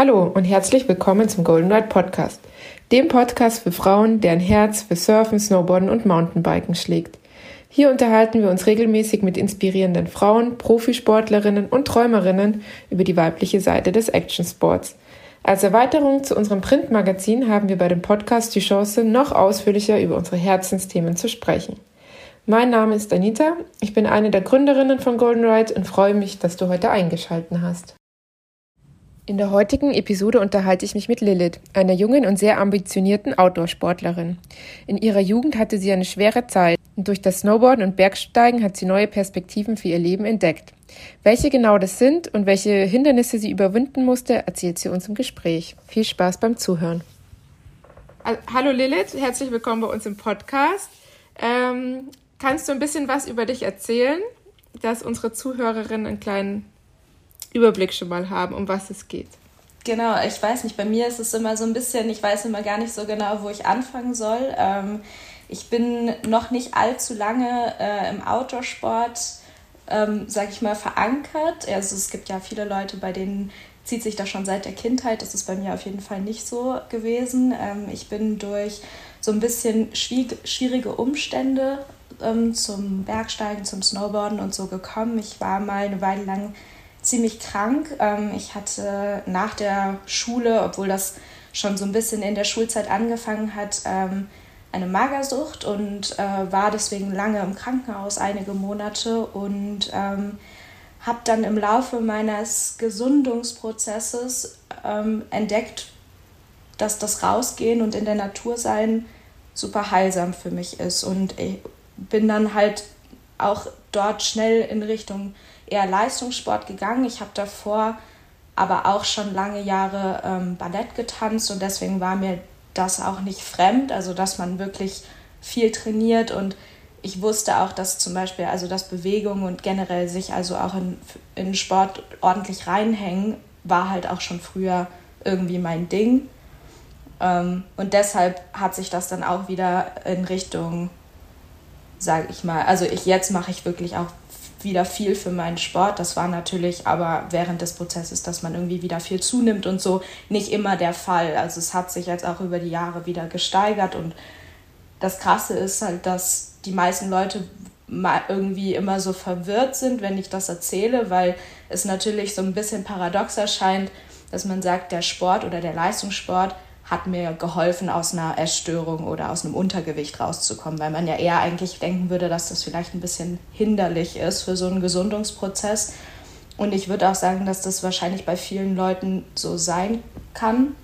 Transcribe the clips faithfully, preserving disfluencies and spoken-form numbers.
Hallo und herzlich willkommen zum Golden Ride Podcast, dem Podcast für Frauen, deren Herz für Surfen, Snowboarden und Mountainbiken schlägt. Hier unterhalten wir uns regelmäßig mit inspirierenden Frauen, Profisportlerinnen und Träumerinnen über die weibliche Seite des Actionsports. Als Erweiterung zu unserem Printmagazin haben wir bei dem Podcast die Chance, noch ausführlicher über unsere Herzensthemen zu sprechen. Mein Name ist Anita, ich bin eine der Gründerinnen von Golden Ride und freue mich, dass du heute eingeschaltet hast. In der heutigen Episode unterhalte ich mich mit Lilith, einer jungen und sehr ambitionierten Outdoor-Sportlerin. In ihrer Jugend hatte sie eine schwere Zeit und durch das Snowboarden und Bergsteigen hat sie neue Perspektiven für ihr Leben entdeckt. Welche genau das sind und welche Hindernisse sie überwinden musste, erzählt sie uns im Gespräch. Viel Spaß beim Zuhören. Hallo Lilith, herzlich willkommen bei uns im Podcast. Ähm, kannst du ein bisschen was über dich erzählen, dass unsere Zuhörerinnen einen kleinen Überblick schon mal haben, um was es geht? Genau, ich weiß nicht, bei mir ist es immer so ein bisschen, ich weiß immer gar nicht so genau, wo ich anfangen soll. Ähm, ich bin noch nicht allzu lange äh, im Outdoor-Sport, ähm, sag ich mal, verankert. Also es gibt ja viele Leute, bei denen zieht sich das schon seit der Kindheit. Das ist bei mir auf jeden Fall nicht so gewesen. Ähm, ich bin durch so ein bisschen schwierige Umstände ähm, zum Bergsteigen, zum Snowboarden und so gekommen. Ich war mal eine Weile lang ziemlich krank. Ich hatte nach der Schule, obwohl das schon so ein bisschen in der Schulzeit angefangen hat, eine Magersucht und war deswegen lange im Krankenhaus, einige Monate, und habe dann im Laufe meines Gesundungsprozesses entdeckt, dass das Rausgehen und in der Natur sein super heilsam für mich ist. Und ich bin dann halt auch dort schnell in Richtung eher Leistungssport gegangen. Ich habe davor aber auch schon lange Jahre ähm, Ballett getanzt und deswegen war mir das auch nicht fremd, also dass man wirklich viel trainiert, und ich wusste auch, dass zum Beispiel, also dass Bewegung und generell sich also auch in, in Sport ordentlich reinhängen, war halt auch schon früher irgendwie mein Ding, ähm, und deshalb hat sich das dann auch wieder in Richtung, sage ich mal, also ich jetzt mache ich wirklich auch wieder viel für meinen Sport. Das war natürlich aber während des Prozesses, dass man irgendwie wieder viel zunimmt und so, nicht immer der Fall. Also es hat sich jetzt auch über die Jahre wieder gesteigert, und das Krasse ist halt, dass die meisten Leute mal irgendwie immer so verwirrt sind, wenn ich das erzähle, weil es natürlich so ein bisschen paradox erscheint, dass man sagt, der Sport oder der Leistungssport hat mir geholfen, aus einer Essstörung oder aus einem Untergewicht rauszukommen, weil man ja eher eigentlich denken würde, dass das vielleicht ein bisschen hinderlich ist für so einen Gesundungsprozess. Und ich würde auch sagen, dass das wahrscheinlich bei vielen Leuten so sein kann.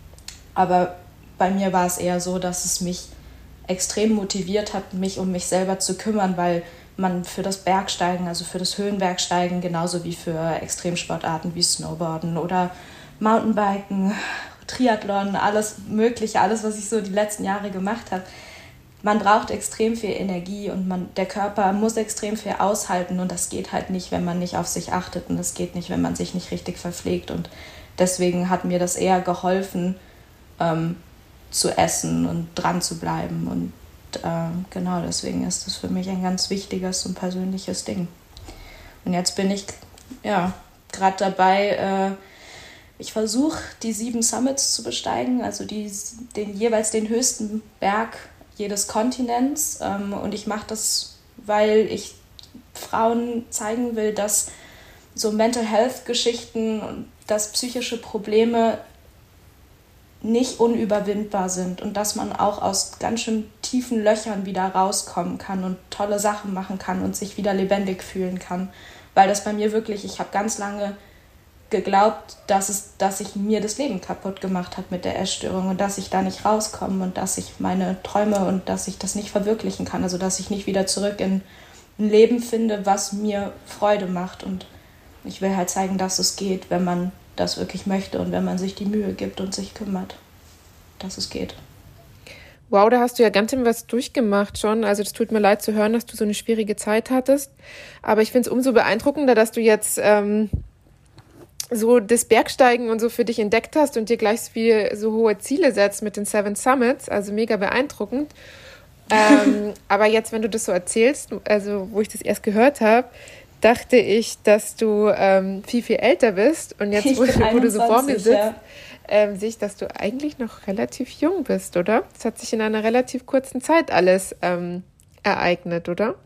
Aber bei mir war es eher so, dass es mich extrem motiviert hat, mich um mich selber zu kümmern, weil man für das Bergsteigen, also für das Höhenbergsteigen, genauso wie für Extremsportarten wie Snowboarden oder Mountainbiken, Triathlon, alles Mögliche, alles, was ich so die letzten Jahre gemacht habe. Man braucht extrem viel Energie und man, der Körper muss extrem viel aushalten, und das geht halt nicht, wenn man nicht auf sich achtet, und das geht nicht, wenn man sich nicht richtig verpflegt, und deswegen hat mir das eher geholfen, ähm, zu essen und dran zu bleiben, und äh, genau deswegen ist das für mich ein ganz wichtiges und persönliches Ding. Und jetzt bin ich ja gerade dabei, äh, ich versuche, die sieben Summits zu besteigen, also die, den, jeweils den höchsten Berg jedes Kontinents. Ähm, und ich mache das, weil ich Frauen zeigen will, dass so Mental Health-Geschichten und dass psychische Probleme nicht unüberwindbar sind und dass man auch aus ganz schön tiefen Löchern wieder rauskommen kann und tolle Sachen machen kann und sich wieder lebendig fühlen kann. Weil das bei mir wirklich, ich habe ganz lange geglaubt, dass es, dass ich mir das Leben kaputt gemacht habe mit der Essstörung und dass ich da nicht rauskomme und dass ich meine Träume und dass ich das nicht verwirklichen kann, also dass ich nicht wieder zurück in ein Leben finde, was mir Freude macht, und ich will halt zeigen, dass es geht, wenn man das wirklich möchte und wenn man sich die Mühe gibt und sich kümmert, dass es geht. Wow, da hast du ja ganz schön was durchgemacht schon. Also das tut mir leid zu hören, dass du so eine schwierige Zeit hattest, aber ich finde es umso beeindruckender, dass du jetzt ähm, so das Bergsteigen und so für dich entdeckt hast und dir gleich so, viel, so hohe Ziele setzt mit den Seven Summits, also mega beeindruckend. ähm, aber jetzt, wenn du das so erzählst, also wo ich das erst gehört habe, dachte ich, dass du ähm, viel, viel älter bist. Und jetzt, wo, wo du so vor mir sitzt, ja. ähm, sehe ich, dass du eigentlich noch relativ jung bist, oder? Das hat sich in einer relativ kurzen Zeit alles ähm, ereignet, oder?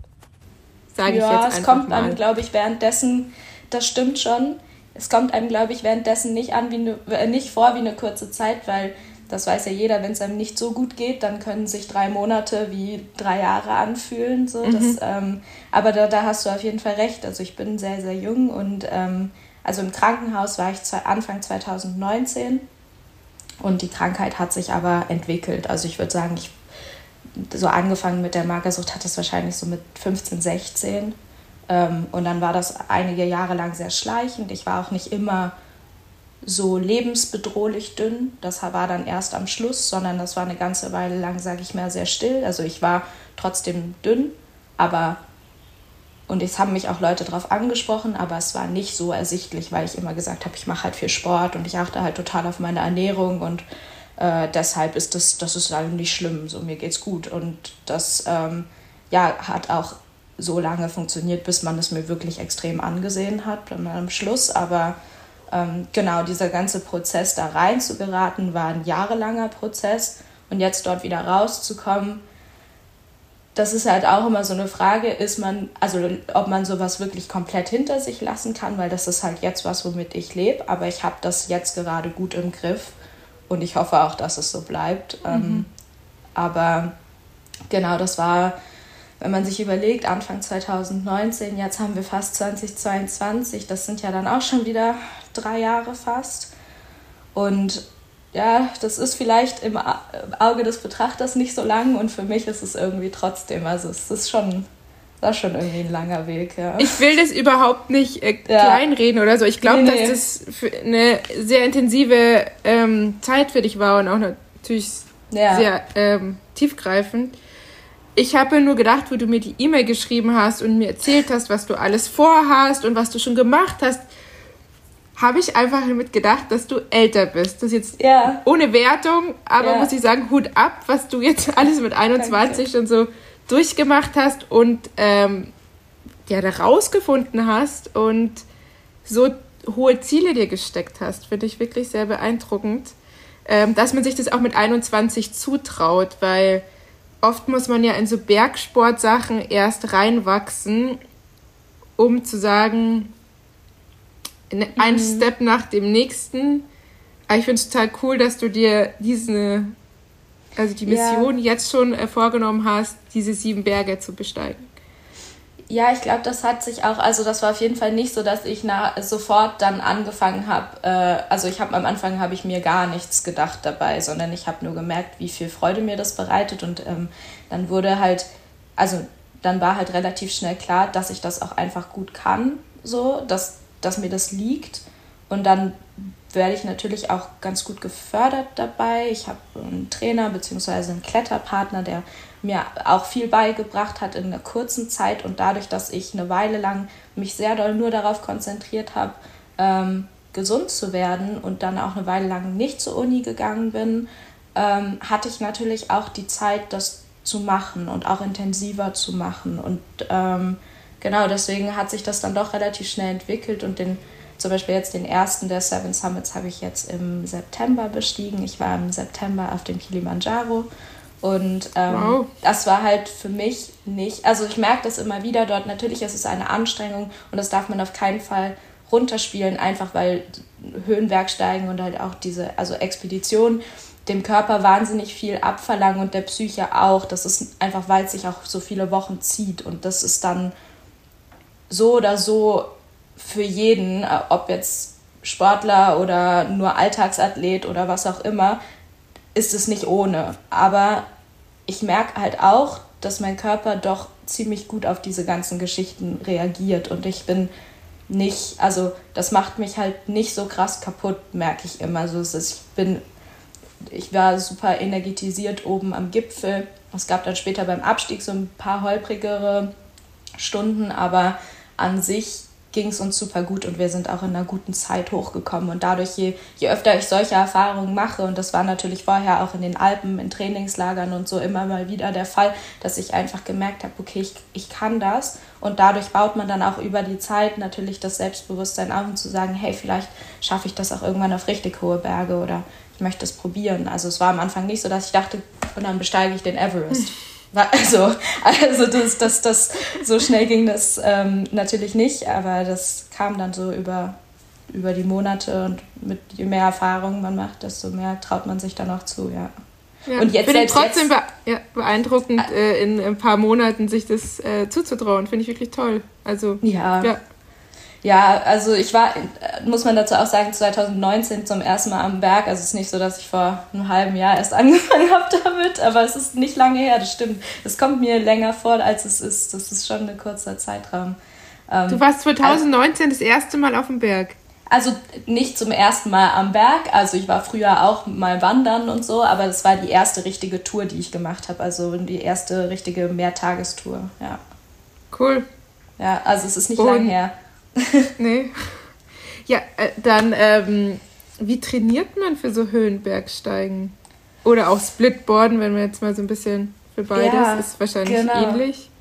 Sage ja, ich jetzt es kommt mal. Einem, glaube ich, währenddessen, das stimmt schon, es kommt einem, glaube ich, währenddessen nicht, an wie ne, äh, nicht vor wie eine kurze Zeit, weil das weiß ja jeder, wenn es einem nicht so gut geht, dann können sich drei Monate wie drei Jahre anfühlen. So. Mhm. Das, ähm, aber da, da hast du auf jeden Fall recht. Also ich bin sehr, sehr jung und ähm, also im Krankenhaus war ich Anfang zwanzig neunzehn und die Krankheit hat sich aber entwickelt. Also ich würde sagen, ich so angefangen mit der Magersucht hat es wahrscheinlich so mit fünfzehn, sechzehn. Ähm, und dann war das einige Jahre lang sehr schleichend. Ich war auch nicht immer so lebensbedrohlich dünn. Das war dann erst am Schluss, sondern das war eine ganze Weile lang, sage ich mal, sehr still. Also ich war trotzdem dünn, aber und es haben mich auch Leute darauf angesprochen, aber es war nicht so ersichtlich, weil ich immer gesagt habe, ich mache halt viel Sport und ich achte halt total auf meine Ernährung und äh, deshalb ist das, das ist halt nicht schlimm, so mir geht's gut. Und das ähm, ja, hat auch so lange funktioniert, bis man es mir wirklich extrem angesehen hat am Schluss, aber Ähm, genau, dieser ganze Prozess da rein zu geraten, war ein jahrelanger Prozess und jetzt dort wieder rauszukommen, das ist halt auch immer so eine Frage, ist man, also ob man sowas wirklich komplett hinter sich lassen kann, weil das ist halt jetzt was, womit ich lebe, aber ich habe das jetzt gerade gut im Griff und ich hoffe auch, dass es so bleibt. Mhm. Ähm, aber genau, das war, wenn man sich überlegt, Anfang zwanzig neunzehn, jetzt haben wir fast zwanzig zweiundzwanzig, das sind ja dann auch schon wieder drei Jahre fast. Und ja, das ist vielleicht im Auge des Betrachters nicht so lang und für mich ist es irgendwie trotzdem, also es ist schon, das ist schon irgendwie ein langer Weg. Ja. Ich will das überhaupt nicht äh, ja. kleinreden oder so. Ich glaube, nee, nee. dass das für eine sehr intensive ähm, Zeit für dich war und auch natürlich ja. sehr ähm, tiefgreifend. Ich habe nur gedacht, wo du mir die E-Mail geschrieben hast und mir erzählt hast, was du alles vorhast und was du schon gemacht hast, habe ich einfach damit gedacht, dass du älter bist. Das ist jetzt ja. ohne Wertung, aber ja. muss ich sagen, Hut ab, was du jetzt alles mit einundzwanzig Danke. schon so durchgemacht hast und ähm, ja, da rausgefunden hast und so hohe Ziele dir gesteckt hast. Finde ich wirklich sehr beeindruckend, ähm, dass man sich das auch mit einundzwanzig zutraut, weil oft muss man ja in so Bergsportsachen erst reinwachsen, um zu sagen, ein mhm. Step nach dem nächsten. Aber ich finde es total cool, dass du dir diese, also die Mission ja. jetzt schon äh, vorgenommen hast, diese sieben Berge zu besteigen. Ja, ich glaube, das hat sich auch, also das war auf jeden Fall nicht so, dass ich na, sofort dann angefangen habe, äh, also ich habe am Anfang habe ich mir gar nichts gedacht dabei, sondern ich habe nur gemerkt, wie viel Freude mir das bereitet und ähm, dann wurde halt, also dann war halt relativ schnell klar, dass ich das auch einfach gut kann, so, dass, dass mir das liegt und dann werde ich natürlich auch ganz gut gefördert dabei. Ich habe einen Trainer bzw. einen Kletterpartner, der mir auch viel beigebracht hat in einer kurzen Zeit und dadurch, dass ich eine Weile lang mich sehr doll nur darauf konzentriert habe, ähm, gesund zu werden und dann auch eine Weile lang nicht zur Uni gegangen bin, ähm, hatte ich natürlich auch die Zeit, das zu machen und auch intensiver zu machen und ähm, genau, deswegen hat sich das dann doch relativ schnell entwickelt und den zum Beispiel jetzt den ersten der Seven Summits habe ich jetzt im September bestiegen. Ich war im September auf dem Kilimanjaro und ähm, wow. das war halt für mich nicht, also ich merke das immer wieder dort, natürlich ist es eine Anstrengung und das darf man auf keinen Fall runterspielen, einfach weil Höhenbergsteigen und halt auch diese, also Expedition dem Körper wahnsinnig viel abverlangen und der Psyche auch, das ist einfach, weil es sich auch so viele Wochen zieht und das ist dann so oder so für jeden, ob jetzt Sportler oder nur Alltagsathlet oder was auch immer, ist es nicht ohne. Aber ich merke halt auch, dass mein Körper doch ziemlich gut auf diese ganzen Geschichten reagiert und ich bin nicht, also das macht mich halt nicht so krass kaputt, merke ich immer. Also es ist, ich bin, ich war super energetisiert oben am Gipfel. Es gab dann später beim Abstieg so ein paar holprigere Stunden, aber an sich ging es uns super gut und wir sind auch in einer guten Zeit hochgekommen. Und dadurch, je, je öfter ich solche Erfahrungen mache, und das war natürlich vorher auch in den Alpen, in Trainingslagern und so immer mal wieder der Fall, dass ich einfach gemerkt habe, okay, ich, ich kann das. Und dadurch baut man dann auch über die Zeit natürlich das Selbstbewusstsein auf, und zu sagen, hey, vielleicht schaffe ich das auch irgendwann auf richtig hohe Berge oder ich möchte es probieren. Also es war am Anfang nicht so, dass ich dachte, und dann besteige ich den Everest. Also, also das, das, das, so schnell ging das ähm, natürlich nicht, aber das kam dann so über, über die Monate, und mit je mehr Erfahrung man macht, desto mehr traut man sich dann auch zu, ja. Ja, und jetzt finde ich trotzdem jetzt, be- ja, beeindruckend, äh, in ein paar Monaten sich das äh, zuzutrauen, finde ich wirklich toll. Also, ja. ja. Ja, also ich war, muss man dazu auch sagen, zwanzig neunzehn zum ersten Mal am Berg. Also es ist nicht so, dass ich vor einem halben Jahr erst angefangen habe damit, aber es ist nicht lange her, das stimmt. Es kommt mir länger vor, als es ist. Das ist schon ein kurzer Zeitraum. Du warst zwanzig neunzehn also, das erste Mal auf dem Berg? Also nicht zum ersten Mal am Berg. Also ich war früher auch mal wandern und so, aber das war die erste richtige Tour, die ich gemacht habe. Also die erste richtige Mehrtagestour, ja. Cool. Ja, also es ist nicht lang her. Nee. Ja, äh, dann, ähm, wie trainiert man für so Höhenbergsteigen? Oder auch Splitboarden, wenn man jetzt mal so ein bisschen für beides, ja, ist wahrscheinlich genau. ähnlich.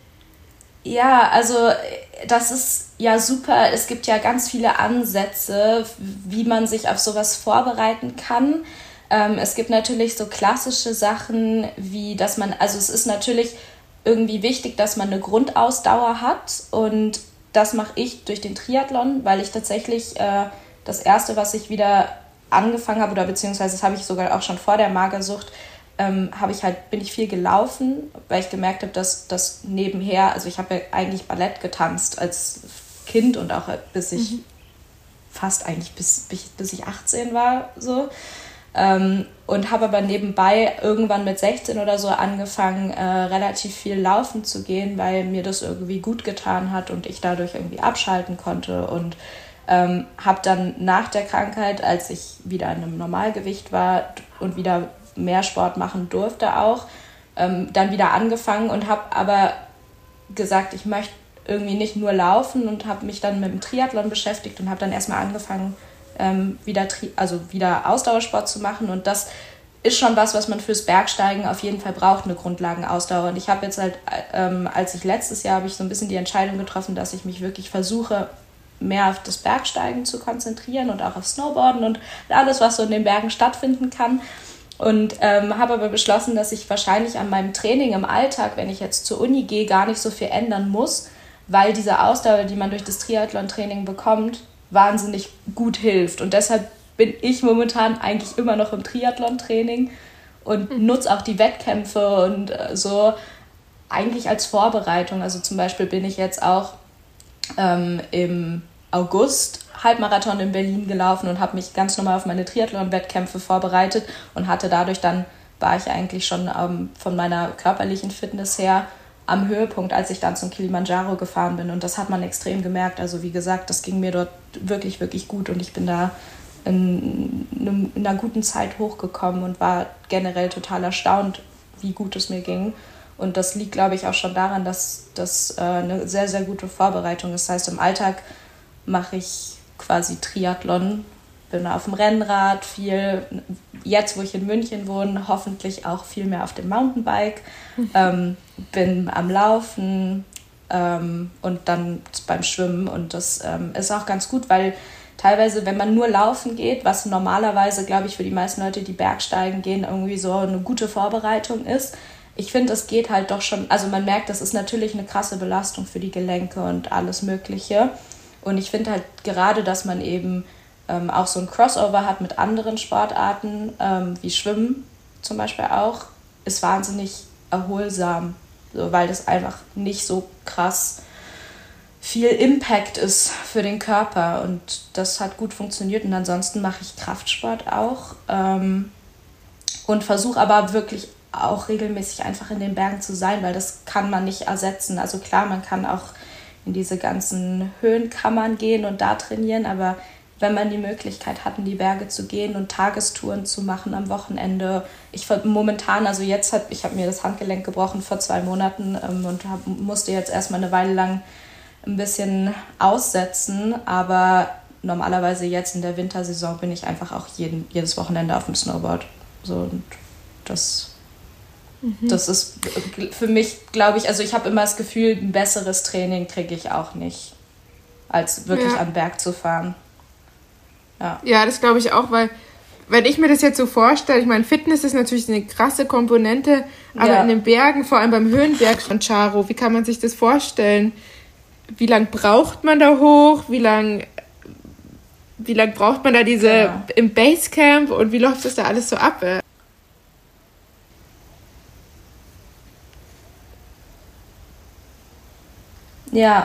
Ja, also das ist ja super. Es gibt ja ganz viele Ansätze, wie man sich auf sowas vorbereiten kann. Ähm, es gibt natürlich so klassische Sachen, wie dass man, also es ist natürlich irgendwie wichtig, dass man eine Grundausdauer hat, und das mache ich durch den Triathlon, weil ich tatsächlich äh, das erste, was ich wieder angefangen habe, oder beziehungsweise das habe ich sogar auch schon vor der Magersucht, ähm, habe ich halt, bin ich viel gelaufen, weil ich gemerkt habe, dass das nebenher, also ich habe ja eigentlich Ballett getanzt als Kind und auch bis ich mhm. fast eigentlich bis, bis, bis ich achtzehn war, so. Ähm, und habe aber nebenbei irgendwann mit sechzehn oder so angefangen, äh, relativ viel laufen zu gehen, weil mir das irgendwie gut getan hat und ich dadurch irgendwie abschalten konnte, und ähm, habe dann nach der Krankheit, als ich wieder in einem Normalgewicht war und wieder mehr Sport machen durfte auch, ähm, dann wieder angefangen und habe aber gesagt, ich möchte irgendwie nicht nur laufen, und habe mich dann mit dem Triathlon beschäftigt und habe dann erstmal angefangen, Ähm, wieder, also wieder Ausdauersport zu machen, und das ist schon was, was man fürs Bergsteigen auf jeden Fall braucht, eine Grundlagenausdauer. Und ich habe jetzt halt, ähm, als ich letztes Jahr, habe ich so ein bisschen die Entscheidung getroffen, dass ich mich wirklich versuche, mehr auf das Bergsteigen zu konzentrieren und auch auf Snowboarden und alles, was so in den Bergen stattfinden kann. Und ähm, habe aber beschlossen, dass ich wahrscheinlich an meinem Training im Alltag, wenn ich jetzt zur Uni gehe, gar nicht so viel ändern muss, weil diese Ausdauer, die man durch das Triathlon-Training bekommt, wahnsinnig gut hilft. Und deshalb bin ich momentan eigentlich immer noch im Triathlon-Training und mhm. nutze auch die Wettkämpfe und äh, so eigentlich als Vorbereitung. Also zum Beispiel bin ich jetzt auch ähm, im August Halbmarathon in Berlin gelaufen und habe mich ganz normal auf meine Triathlon-Wettkämpfe vorbereitet und hatte dadurch dann, war ich eigentlich schon ähm, von meiner körperlichen Fitness her am Höhepunkt, als ich dann zum Kilimanjaro gefahren bin. Und das hat man extrem gemerkt. Also wie gesagt, das ging mir dort wirklich, wirklich gut. Und ich bin da in, in einer guten Zeit hochgekommen und war generell total erstaunt, wie gut es mir ging. Und das liegt, glaube ich, auch schon daran, dass das äh, eine sehr, sehr gute Vorbereitung ist. Das heißt, im Alltag mache ich quasi Triathlon, bin auf dem Rennrad viel, jetzt wo ich in München wohne, hoffentlich auch viel mehr auf dem Mountainbike, mhm. ähm, bin am Laufen ähm, und dann beim Schwimmen, und das ähm, ist auch ganz gut, weil teilweise, wenn man nur laufen geht, was normalerweise, glaube ich, für die meisten Leute, die Bergsteigen gehen, irgendwie so eine gute Vorbereitung ist, ich finde, es geht halt doch schon, also man merkt, das ist natürlich eine krasse Belastung für die Gelenke und alles Mögliche, und ich finde halt gerade, dass man eben Ähm, auch so ein Crossover hat mit anderen Sportarten, ähm, wie Schwimmen zum Beispiel auch, ist wahnsinnig erholsam, so, weil das einfach nicht so krass viel Impact ist für den Körper, und das hat gut funktioniert. Und ansonsten mache ich Kraftsport auch ähm, und versuche aber wirklich auch regelmäßig einfach in den Bergen zu sein, weil das kann man nicht ersetzen. Also klar, man kann auch in diese ganzen Höhenkammern gehen und da trainieren, aber wenn man die Möglichkeit hat, in die Berge zu gehen und Tagestouren zu machen am Wochenende. Ich momentan, also jetzt hat, ich habe mir das Handgelenk gebrochen vor zwei Monaten ähm, und hab, musste jetzt erstmal eine Weile lang ein bisschen aussetzen, aber normalerweise jetzt in der Wintersaison bin ich einfach auch jeden, jedes Wochenende auf dem Snowboard. So, und das, mhm. das ist für mich, glaube ich, also ich habe immer das Gefühl, ein besseres Training kriege ich auch nicht, als wirklich ja. an den Berg zu fahren. Ja, ja, das glaube ich auch, weil wenn ich mir das jetzt so vorstelle, ich meine, Fitness ist natürlich eine krasse Komponente, aber ja. in den Bergen, vor allem beim Höhenberg von Charo, wie kann man sich das vorstellen? Wie lange braucht man da hoch? Wie lange wie lang braucht man da diese ja. im Basecamp und wie läuft das da alles so ab? Ja.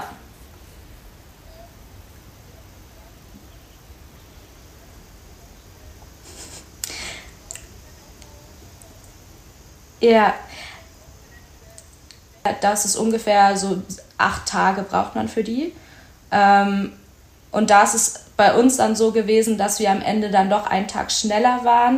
Ja. Das ist ungefähr so acht Tage braucht man für die. Ähm, und da ist es bei uns dann so gewesen, dass wir am Ende dann doch einen Tag schneller waren,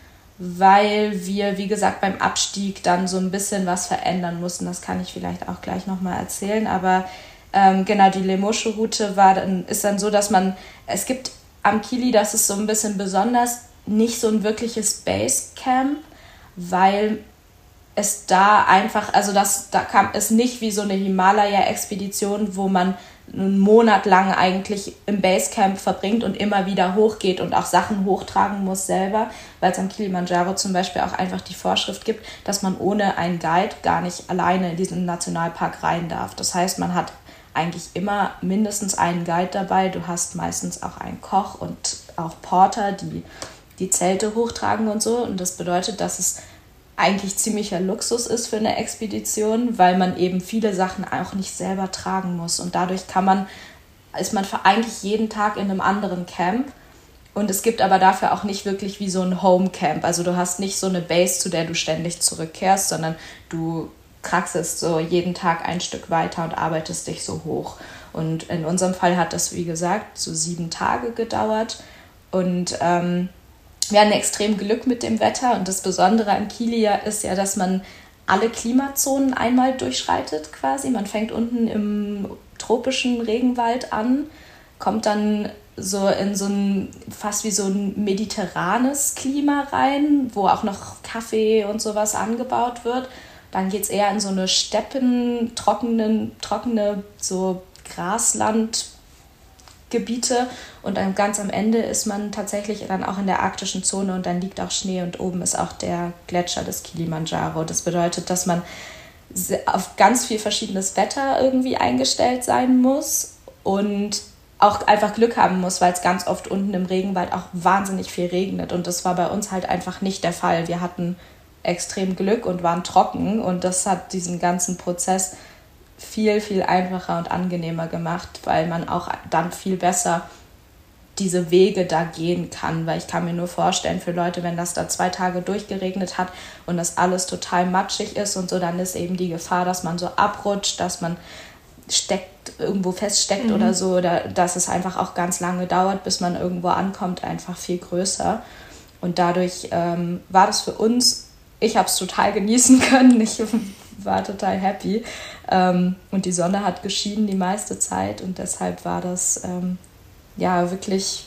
weil wir, wie gesagt, beim Abstieg dann so ein bisschen was verändern mussten. Das kann ich vielleicht auch gleich nochmal erzählen. Aber ähm, genau, die Lemosche-Route war dann, ist dann so, dass man, es gibt am Kili, das ist so ein bisschen besonders, nicht so ein wirkliches Basecamp, weil es da einfach, also das, da kam es nicht wie so eine Himalaya-Expedition, wo man einen Monat lang eigentlich im Basecamp verbringt und immer wieder hochgeht und auch Sachen hochtragen muss selber, weil es am Kilimanjaro zum Beispiel auch einfach die Vorschrift gibt, dass man ohne einen Guide gar nicht alleine in diesen Nationalpark rein darf. Das heißt, man hat eigentlich immer mindestens einen Guide dabei. Du hast meistens auch einen Koch und auch Porter, die die Zelte hochtragen und so. Und das bedeutet, dass es eigentlich ziemlicher Luxus ist für eine Expedition, weil man eben viele Sachen auch nicht selber tragen muss. Und dadurch kann man, ist man eigentlich jeden Tag in einem anderen Camp. Und es gibt aber dafür auch nicht wirklich wie so ein Homecamp. Also du hast nicht so eine Base, zu der du ständig zurückkehrst, sondern du kraxelst so jeden Tag ein Stück weiter und arbeitest dich so hoch. Und in unserem Fall hat das, wie gesagt, so sieben Tage gedauert. Und ähm, wir hatten extrem Glück mit dem Wetter. Und das Besondere an Kili ist ja, dass man alle Klimazonen einmal durchschreitet quasi. Man fängt unten im tropischen Regenwald an, kommt dann so in so ein fast wie so ein mediterranes Klima rein, wo auch noch Kaffee und sowas angebaut wird. Dann geht es eher in so eine Steppen, trockene, trockene so Graslandgebiete und dann ganz am Ende ist man tatsächlich dann auch in der arktischen Zone und dann liegt auch Schnee und oben ist auch der Gletscher des Kilimanjaro. Das bedeutet, dass man auf ganz viel verschiedenes Wetter irgendwie eingestellt sein muss und auch einfach Glück haben muss, weil es ganz oft unten im Regenwald auch wahnsinnig viel regnet und das war bei uns halt einfach nicht der Fall. Wir hatten extrem Glück und waren trocken und das hat diesen ganzen Prozess viel, viel einfacher und angenehmer gemacht, weil man auch dann viel besser diese Wege da gehen kann, weil ich kann mir nur vorstellen, für Leute, wenn das da zwei Tage durchgeregnet hat und das alles total matschig ist und so, dann ist eben die Gefahr, dass man so abrutscht, dass man steckt, irgendwo feststeckt mhm. oder so, oder dass es einfach auch ganz lange dauert, bis man irgendwo ankommt, einfach viel größer. Und dadurch ähm, war das für uns, ich habe es total genießen können, ich war total happy. Ähm, und die Sonne hat geschienen die meiste Zeit und deshalb war das ähm, ja wirklich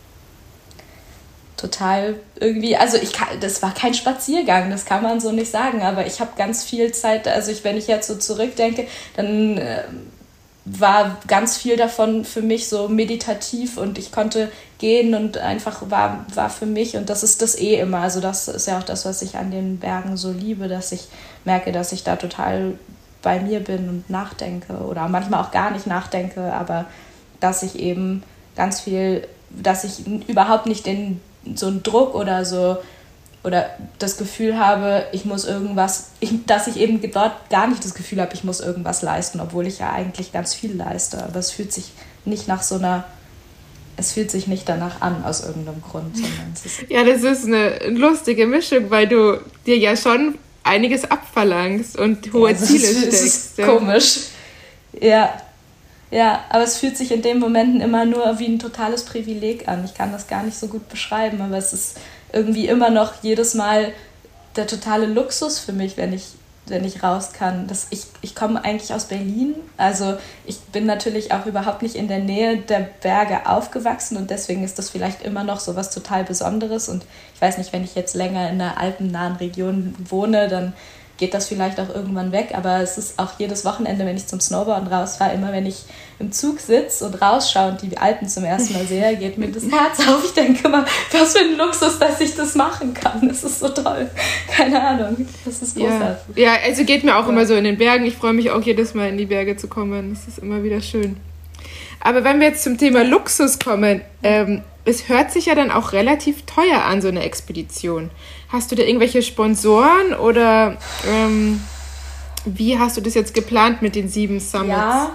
total irgendwie, also ich kann, das war kein Spaziergang, das kann man so nicht sagen, aber ich habe ganz viel Zeit, also ich, wenn ich jetzt so zurückdenke, dann äh, war ganz viel davon für mich so meditativ und ich konnte gehen und einfach war, war für mich und das ist das eh immer, also das ist ja auch das, was ich an den Bergen so liebe, dass ich merke, dass ich da total bei mir bin und nachdenke oder manchmal auch gar nicht nachdenke, aber dass ich eben ganz viel, dass ich überhaupt nicht den, so einen Druck oder so oder das Gefühl habe, ich muss irgendwas, ich, dass ich eben dort gar nicht das Gefühl habe, ich muss irgendwas leisten, obwohl ich ja eigentlich ganz viel leiste. Aber es fühlt sich nicht nach so einer, es fühlt sich nicht danach an, aus irgendeinem Grund. Sondern es ist ja, das ist eine lustige Mischung, weil du dir ja schon einiges abverlangst und hohe ja, Ziele ist, steckst. Das ist ja. Komisch. Ja. Ja, aber es fühlt sich in den Momenten immer nur wie ein totales Privileg an. Ich kann das gar nicht so gut beschreiben, aber es ist irgendwie immer noch jedes Mal der totale Luxus für mich, wenn ich wenn ich raus kann. Das, ich, ich komme eigentlich aus Berlin, also ich bin natürlich auch überhaupt nicht in der Nähe der Berge aufgewachsen und deswegen ist das vielleicht immer noch so was total Besonderes und ich weiß nicht, wenn ich jetzt länger in einer alpennahen Region wohne, dann geht das vielleicht auch irgendwann weg, aber es ist auch jedes Wochenende, wenn ich zum Snowboarden rausfahre, immer wenn ich im Zug sitze und rausschaue und die Alpen zum ersten Mal sehe, geht mir das Herz auf. Ich denke immer, was für ein Luxus, dass ich das machen kann. Das ist so toll. Keine Ahnung, das ist großartig. Ja, ja, also geht mir auch ja. immer so in den Bergen. Ich freue mich auch jedes Mal in die Berge zu kommen. Das ist immer wieder schön. Aber wenn wir jetzt zum Thema Luxus kommen, ähm, es hört sich ja dann auch relativ teuer an, so eine Expedition. Hast du da irgendwelche Sponsoren oder ähm, wie hast du das jetzt geplant mit den sieben Summits? Ja,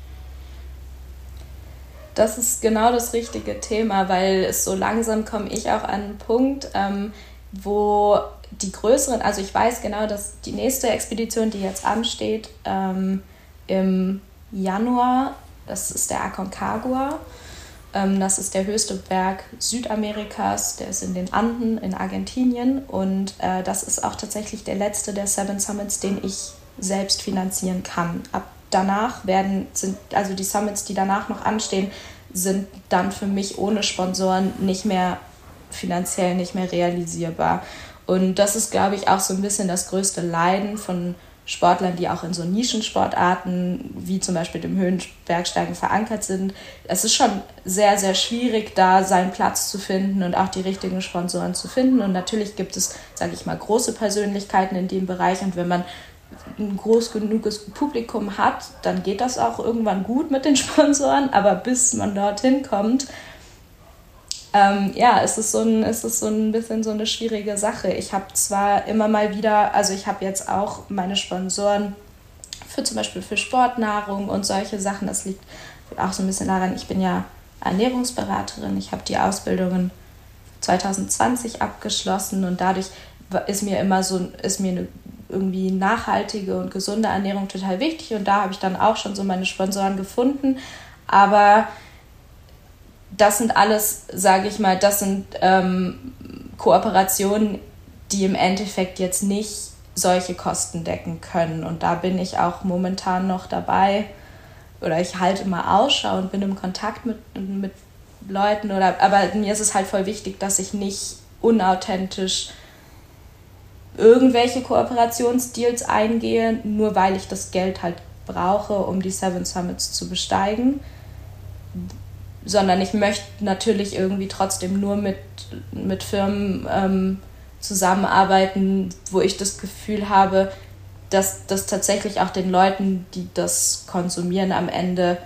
das ist genau das richtige Thema, weil es so langsam komme ich auch an einen Punkt, ähm, wo die größeren, also ich weiß genau, dass die nächste Expedition, die jetzt ansteht, ähm, im Januar, das ist der Aconcagua. Das ist der höchste Berg Südamerikas, der ist in den Anden in Argentinien und äh, das ist auch tatsächlich der letzte der Seven Summits, den ich selbst finanzieren kann. Ab danach werden, sind, also die Summits, die danach noch anstehen, sind dann für mich ohne Sponsoren nicht mehr finanziell nicht mehr realisierbar. Und das ist, glaube ich, auch so ein bisschen das größte Leiden von Sportlern, die auch in so Nischensportarten wie zum Beispiel dem Höhenbergsteigen verankert sind. Es ist schon sehr, sehr schwierig, da seinen Platz zu finden und auch die richtigen Sponsoren zu finden. Und natürlich gibt es, sage ich mal, große Persönlichkeiten in dem Bereich. Und wenn man ein groß genuges Publikum hat, dann geht das auch irgendwann gut mit den Sponsoren. Aber bis man dorthin kommt, Ähm, ja, es ist, so ein, es ist so ein bisschen so eine schwierige Sache. Ich habe zwar immer mal wieder, also ich habe jetzt auch meine Sponsoren für zum Beispiel für Sportnahrung und solche Sachen. Das liegt auch so ein bisschen daran, ich bin ja Ernährungsberaterin. Ich habe die Ausbildungen zwanzig zwanzig abgeschlossen und dadurch ist mir immer so, ist mir eine irgendwie nachhaltige und gesunde Ernährung total wichtig und da habe ich dann auch schon so meine Sponsoren gefunden. Aber das sind alles, sage ich mal, das sind ähm, Kooperationen, die im Endeffekt jetzt nicht solche Kosten decken können. Und da bin ich auch momentan noch dabei, oder ich halte immer Ausschau und bin im Kontakt mit, mit Leuten. Oder, aber mir ist es halt voll wichtig, dass ich nicht unauthentisch irgendwelche Kooperationsdeals eingehe, nur weil ich das Geld halt brauche, um die Seven Summits zu besteigen. Sondern ich möchte natürlich irgendwie trotzdem nur mit, mit Firmen ähm, zusammenarbeiten, wo ich das Gefühl habe, dass das tatsächlich auch den Leuten, die das konsumieren, am Ende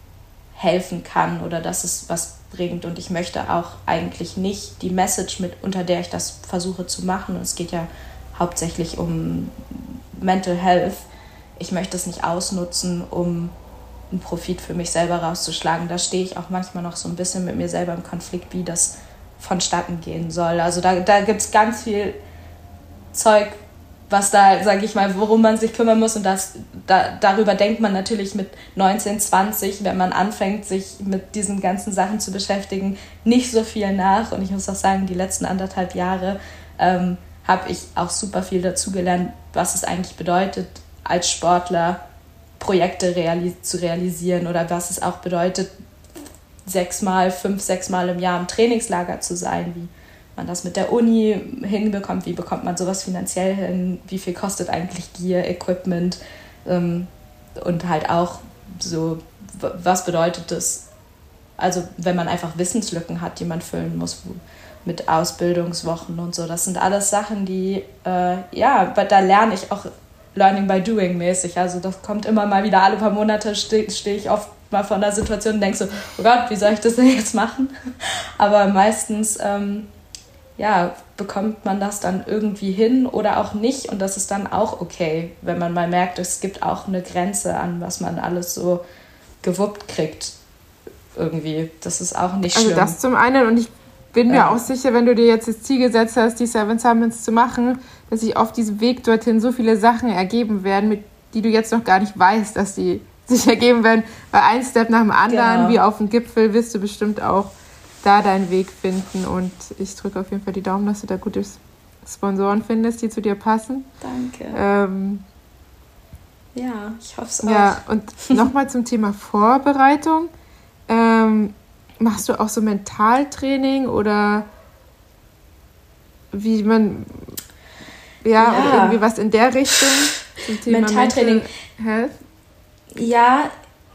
helfen kann oder dass es was bringt. Und ich möchte auch eigentlich nicht die Message, mit, unter der ich das versuche zu machen, und es geht ja hauptsächlich um Mental Health, ich möchte es nicht ausnutzen, um einen Profit für mich selber rauszuschlagen. Da stehe ich auch manchmal noch so ein bisschen mit mir selber im Konflikt, wie das vonstatten gehen soll. Also da, da gibt es ganz viel Zeug, was da, sage ich mal, worum man sich kümmern muss. Und das, da, darüber denkt man natürlich mit neunzehn, zwanzig, wenn man anfängt, sich mit diesen ganzen Sachen zu beschäftigen, nicht so viel nach. Und ich muss auch sagen, die letzten anderthalb Jahre ähm, habe ich auch super viel dazugelernt, was es eigentlich bedeutet, als Sportler Projekte realis- zu realisieren oder was es auch bedeutet, sechsmal, fünf, sechsmal im Jahr im Trainingslager zu sein, wie man das mit der Uni hinbekommt, wie bekommt man sowas finanziell hin, wie viel kostet eigentlich Gear, Equipment ähm, und halt auch so, was bedeutet das, also wenn man einfach Wissenslücken hat, die man füllen muss, wo, mit Ausbildungswochen und so, das sind alles Sachen, die, äh, ja, da lerne ich auch Learning by Doing mäßig. Also das kommt immer mal wieder, alle paar Monate stehe steh ich oft mal vor einer Situation und denke so, oh Gott, wie soll ich das denn jetzt machen? Aber meistens ähm, ja, bekommt man das dann irgendwie hin oder auch nicht und das ist dann auch okay, wenn man mal merkt, es gibt auch eine Grenze an, was man alles so gewuppt kriegt irgendwie. Das ist auch nicht schlimm. Also das zum einen und ich bin mir ja auch sicher, wenn du dir jetzt das Ziel gesetzt hast, die Seven Summits zu machen, dass sich auf diesem Weg dorthin so viele Sachen ergeben werden, mit die du jetzt noch gar nicht weißt, dass die sich ergeben werden. Weil ein Step nach dem anderen, genau. Wie auf dem Gipfel, wirst du bestimmt auch da deinen Weg finden. Und ich drücke auf jeden Fall die Daumen, dass du da gutes Sponsoren findest, die zu dir passen. Danke. Ähm, ja, ich hoffe es auch. Ja, und nochmal zum Thema Vorbereitung. Ähm, machst du auch so Mentaltraining oder wie man, ja, ja. oder irgendwie was in der Richtung zum Thema Mentaltraining. Mental Health? Ja,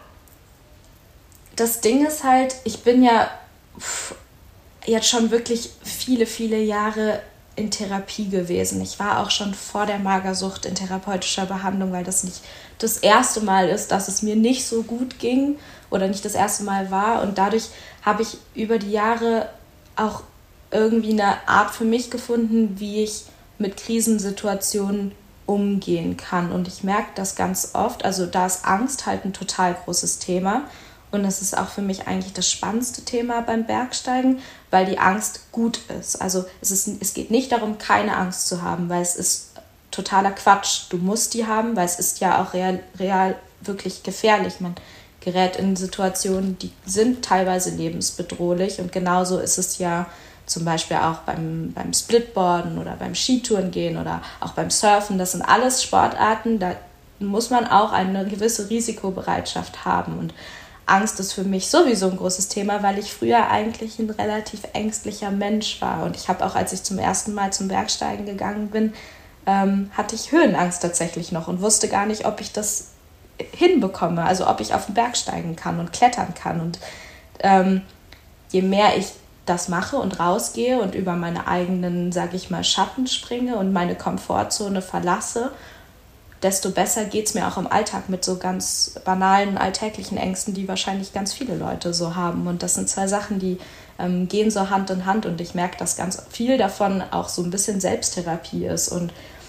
das Ding ist halt, ich bin ja pff, jetzt schon wirklich viele, viele Jahre in Therapie gewesen. Ich war auch schon vor der Magersucht in therapeutischer Behandlung, weil das nicht das erste Mal ist, dass es mir nicht so gut ging oder nicht das erste Mal war. Und dadurch habe ich über die Jahre auch irgendwie eine Art für mich gefunden, wie ich mit Krisensituationen umgehen kann. Und ich merke das ganz oft, also da ist Angst halt ein total großes Thema. Und das ist auch für mich eigentlich das spannendste Thema beim Bergsteigen, weil die Angst gut ist. Also es, ist, es geht nicht darum, keine Angst zu haben, weil es ist totaler Quatsch. Du musst die haben, weil es ist ja auch real, real wirklich gefährlich. Man gerät in Situationen, die sind teilweise lebensbedrohlich. Und genauso ist es ja zum Beispiel auch beim, beim Splitboarden oder beim Skitouren gehen oder auch beim Surfen. Das sind alles Sportarten, da muss man auch eine gewisse Risikobereitschaft haben. Und Angst ist für mich sowieso ein großes Thema, weil ich früher eigentlich ein relativ ängstlicher Mensch war. Und ich habe auch, als ich zum ersten Mal zum Bergsteigen gegangen bin, ähm, hatte ich Höhenangst tatsächlich noch und wusste gar nicht, ob ich das hinbekomme, also ob ich auf den Berg steigen kann und klettern kann. Und ähm, je mehr ich das mache und rausgehe und über meine eigenen, sage ich mal, Schatten springe und meine Komfortzone verlasse, desto besser geht es mir auch im Alltag mit so ganz banalen, alltäglichen Ängsten, die wahrscheinlich ganz viele Leute so haben. Und das sind zwei Sachen, die ähm, gehen so Hand in Hand. Und ich merke, dass ganz viel davon auch so ein bisschen Selbsttherapie ist. Und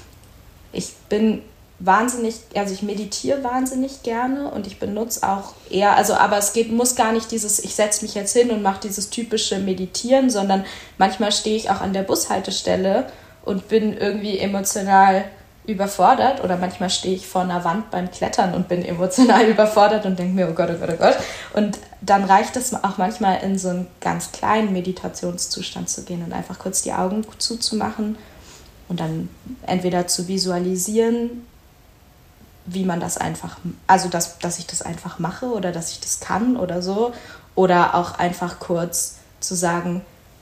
ich bin wahnsinnig, also ich meditiere wahnsinnig gerne und ich benutze auch eher, also aber es geht, muss gar nicht dieses, ich setze mich jetzt hin und mache dieses typische Meditieren, sondern manchmal stehe ich auch an der Bushaltestelle und bin irgendwie emotional überfordert oder manchmal stehe ich vor einer Wand beim Klettern und bin emotional überfordert und denke mir, oh Gott, oh Gott, oh Gott. Und dann reicht es auch manchmal in so einen ganz kleinen Meditationszustand zu gehen und einfach kurz die Augen zuzumachen und dann entweder zu visualisieren, wie man das einfach, also dass, dass ich das einfach mache oder dass ich das kann oder so. Oder auch einfach kurz zu sagen,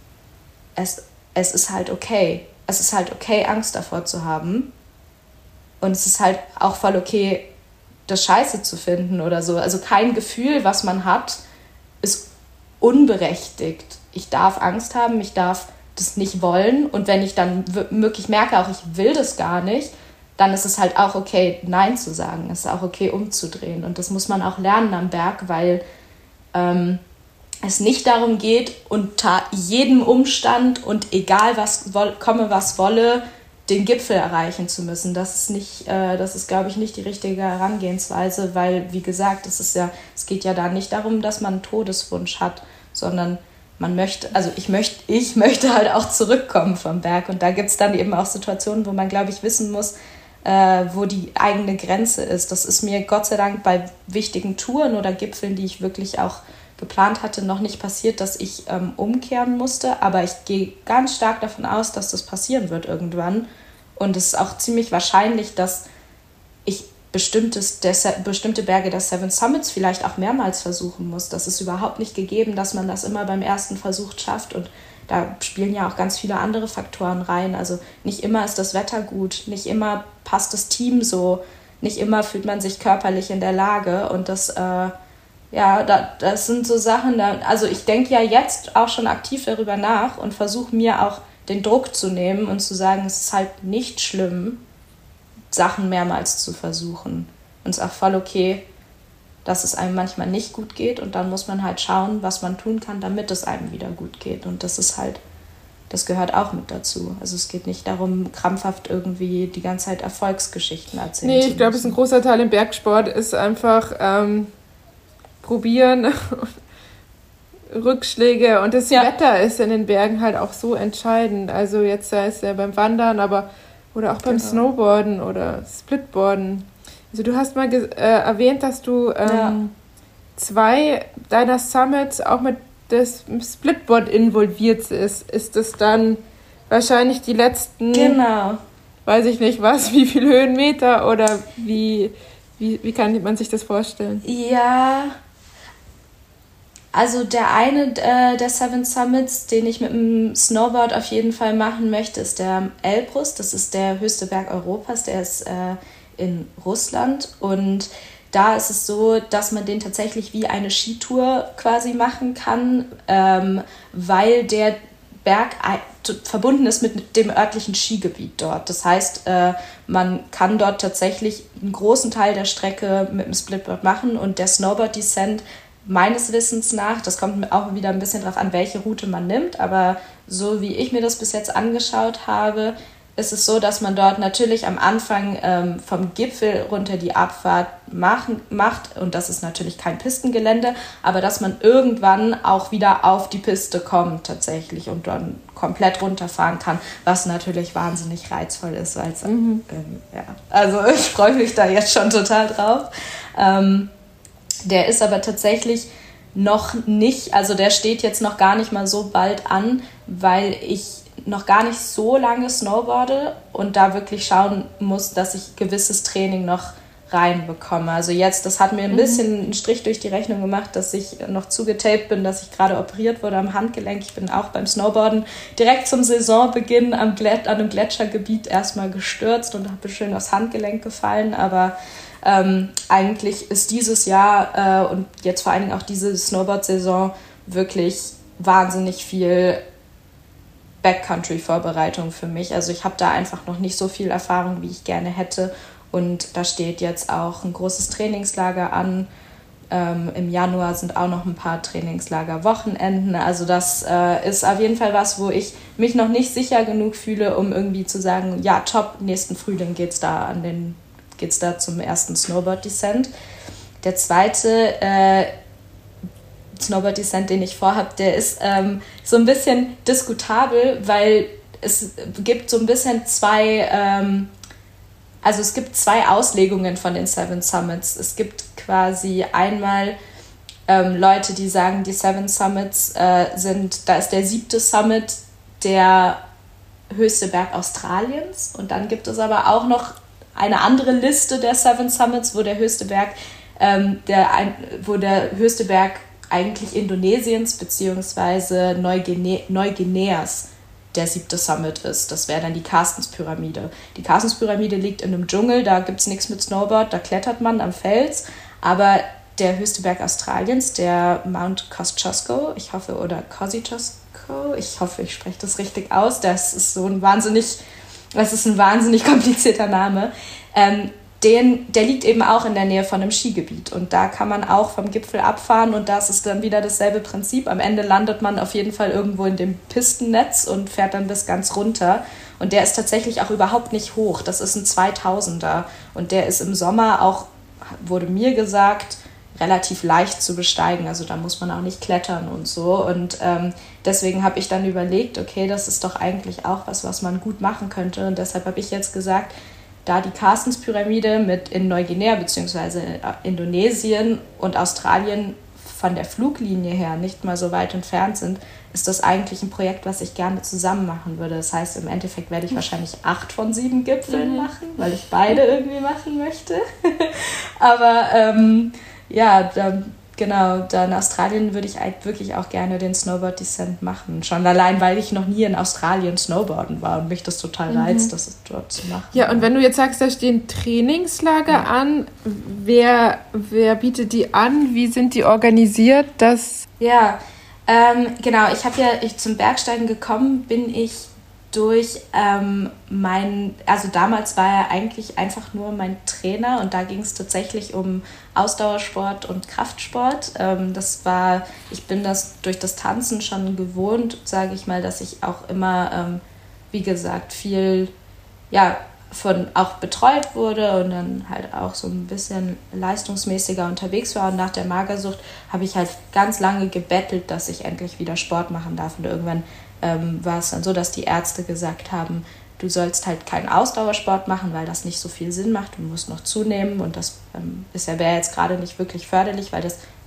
es, es ist halt okay. Es ist halt okay, Angst davor zu haben. Und es ist halt auch voll okay, das Scheiße zu finden oder so. Also kein Gefühl, was man hat, ist unberechtigt. Ich darf Angst haben, ich darf das nicht wollen. Und wenn ich dann wirklich merke, auch ich will das gar nicht, dann ist es halt auch okay, Nein zu sagen. Es ist auch okay, umzudrehen. Und das muss man auch lernen am Berg, weil ähm, es nicht darum geht, unter jedem Umstand und egal was woll, komme, was wolle, den Gipfel erreichen zu müssen. Das ist nicht, äh, das ist, glaube ich, nicht die richtige Herangehensweise, weil, wie gesagt, es ist ja, es geht ja da nicht darum, dass man einen Todeswunsch hat, sondern man möchte, also ich möchte, ich möchte halt auch zurückkommen vom Berg. Und da gibt es dann eben auch Situationen, wo man, glaube ich, wissen muss, äh, wo die eigene Grenze ist. Das ist mir Gott sei Dank bei wichtigen Touren oder Gipfeln, die ich wirklich auch geplant hatte, noch nicht passiert, dass ich ähm, umkehren musste. Aber ich gehe ganz stark davon aus, dass das passieren wird irgendwann. Und es ist auch ziemlich wahrscheinlich, dass ich bestimmtes, der, bestimmte Berge der Seven Summits vielleicht auch mehrmals versuchen muss. Das ist überhaupt nicht gegeben, dass man das immer beim ersten Versuch schafft. Und da spielen ja auch ganz viele andere Faktoren rein. Also nicht immer ist das Wetter gut, nicht immer passt das Team so, nicht immer fühlt man sich körperlich in der Lage. Und das, äh, ja, da, das sind so Sachen, da, also ich denke ja jetzt auch schon aktiv darüber nach und versuche mir auch den Druck zu nehmen und zu sagen, es ist halt nicht schlimm, Sachen mehrmals zu versuchen. Und es ist auch voll okay, dass es einem manchmal nicht gut geht und dann muss man halt schauen, was man tun kann, damit es einem wieder gut geht. Und das ist halt, das gehört auch mit dazu. Also es geht nicht darum, krampfhaft irgendwie die ganze Zeit Erfolgsgeschichten erzählen nee, zu ich glaube, es ist ein großer Teil im Bergsport, ist einfach ähm, probieren, Rückschläge und das ja. Wetter ist in den Bergen halt auch so entscheidend. Also jetzt sei es ja beim Wandern, aber oder auch beim genau. Snowboarden oder Splitboarden. Also du hast mal ge- äh, erwähnt, dass du ähm, ja. zwei deiner Summits auch mit dem Splitboard involviert ist. Ist das dann wahrscheinlich die letzten, genau. weiß ich nicht was, wie viel Höhenmeter oder wie, wie, wie kann man sich das vorstellen? Ja, also der eine äh, der Seven Summits, den ich mit dem Snowboard auf jeden Fall machen möchte, ist der Elbrus. Das ist der höchste Berg Europas, der ist äh, in Russland und da ist es so, dass man den tatsächlich wie eine Skitour quasi machen kann, ähm, weil der Berg verbunden ist mit dem örtlichen Skigebiet dort. Das heißt, äh, man kann dort tatsächlich einen großen Teil der Strecke mit dem Splitboard machen und der Snowboard Descent meines Wissens nach, das kommt auch wieder ein bisschen darauf an, welche Route man nimmt, aber so wie ich mir das bis jetzt angeschaut habe, ist es so, dass man dort natürlich am Anfang ähm, vom Gipfel runter die Abfahrt machen, macht und das ist natürlich kein Pistengelände, aber dass man irgendwann auch wieder auf die Piste kommt tatsächlich und dann komplett runterfahren kann, was natürlich wahnsinnig reizvoll ist. Weil mhm. ähm, ja. Also ich freue mich da jetzt schon total drauf. Ähm, der ist aber tatsächlich noch nicht, also der steht jetzt noch gar nicht mal so bald an, weil ich noch gar nicht so lange snowboarde und da wirklich schauen muss, dass ich gewisses Training noch reinbekomme. Also jetzt, das hat mir ein bisschen einen Strich durch die Rechnung gemacht, dass ich noch zugetaped bin, dass ich gerade operiert wurde am Handgelenk. Ich bin auch beim Snowboarden direkt zum Saisonbeginn am Glät- an einem Gletschergebiet erstmal gestürzt und habe schön aufs Handgelenk gefallen, aber ähm, eigentlich ist dieses Jahr äh, und jetzt vor allen Dingen auch diese Snowboard-Saison wirklich wahnsinnig viel Backcountry-Vorbereitung für mich. Also ich habe da einfach noch nicht so viel Erfahrung, wie ich gerne hätte. Und da steht jetzt auch ein großes Trainingslager an. Ähm, Im Januar sind auch noch ein paar Trainingslager-Wochenenden. Also das äh, ist auf jeden Fall was, wo ich mich noch nicht sicher genug fühle, um irgendwie zu sagen, ja, top, nächsten Frühling geht's da an den, geht's da zum ersten Snowboard-Descent. Der zweite äh, Snowboard Descent, den ich vorhabe, der ist ähm, so ein bisschen diskutabel, weil es gibt so ein bisschen zwei, ähm, also es gibt zwei Auslegungen von den Seven Summits. Es gibt quasi einmal ähm, Leute, die sagen, die Seven Summits äh, sind, da ist der siebte Summit der höchste Berg Australiens und dann gibt es aber auch noch eine andere Liste der Seven Summits, wo der höchste Berg, ähm, der ein, wo der höchste Berg eigentlich Indonesiens bzw. Neugine- Neuguineas der siebte Summit ist. Das wäre dann die Carstens-Pyramide. Die Carstens-Pyramide liegt in einem Dschungel, da gibt es nichts mit Snowboard, da klettert man am Fels, aber der höchste Berg Australiens, der Mount Kosciuszko, ich hoffe, oder Kosciuszko, ich hoffe, ich spreche das richtig aus, das ist so ein wahnsinnig, das ist ein wahnsinnig komplizierter Name, ähm, Den, der liegt eben auch in der Nähe von einem Skigebiet und da kann man auch vom Gipfel abfahren und das ist dann wieder dasselbe Prinzip. Am Ende landet man auf jeden Fall irgendwo in dem Pistennetz und fährt dann bis ganz runter und der ist tatsächlich auch überhaupt nicht hoch. Das ist ein zweitausender und der ist im Sommer auch, wurde mir gesagt, relativ leicht zu besteigen. Also da muss man auch nicht klettern und so und ähm, deswegen habe ich dann überlegt, okay, das ist doch eigentlich auch was, was man gut machen könnte und deshalb habe ich jetzt gesagt, da die Carstens-Pyramide mit in Neuguinea bzw. Indonesien und Australien von der Fluglinie her nicht mal so weit entfernt sind, ist das eigentlich ein Projekt, was ich gerne zusammen machen würde. Das heißt, im Endeffekt werde ich wahrscheinlich acht von sieben Gipfeln mhm. machen, weil ich beide irgendwie machen möchte. Aber ähm, ja, da, genau, da in Australien würde ich eigentlich wirklich auch gerne den Snowboard Descent machen. Schon allein, weil ich noch nie in Australien snowboarden war und mich das total reizt, mhm. das dort zu machen. Ja, und wenn du jetzt sagst, da stehen Trainingslager ja. an, wer, wer bietet die an? Wie sind die organisiert? Das ja, ähm, genau, ich habe ja, ich zum Bergsteigen gekommen bin ich durch ähm, meinen, also damals war er eigentlich einfach nur mein Trainer und da ging es tatsächlich um Ausdauersport und Kraftsport. Ähm, das war, ich bin das durch das Tanzen schon gewohnt, sage ich mal, dass ich auch immer, ähm, wie gesagt, viel, ja, von auch betreut wurde und dann halt auch so ein bisschen leistungsmäßiger unterwegs war und nach der Magersucht habe ich halt ganz lange gebettelt, dass ich endlich wieder Sport machen darf und irgendwann ähm, war es dann so, dass die Ärzte gesagt haben, du sollst halt keinen Ausdauersport machen, weil das nicht so viel Sinn macht, du musst noch zunehmen und das ähm, ist ja wäre jetzt gerade nicht wirklich förderlich, weil das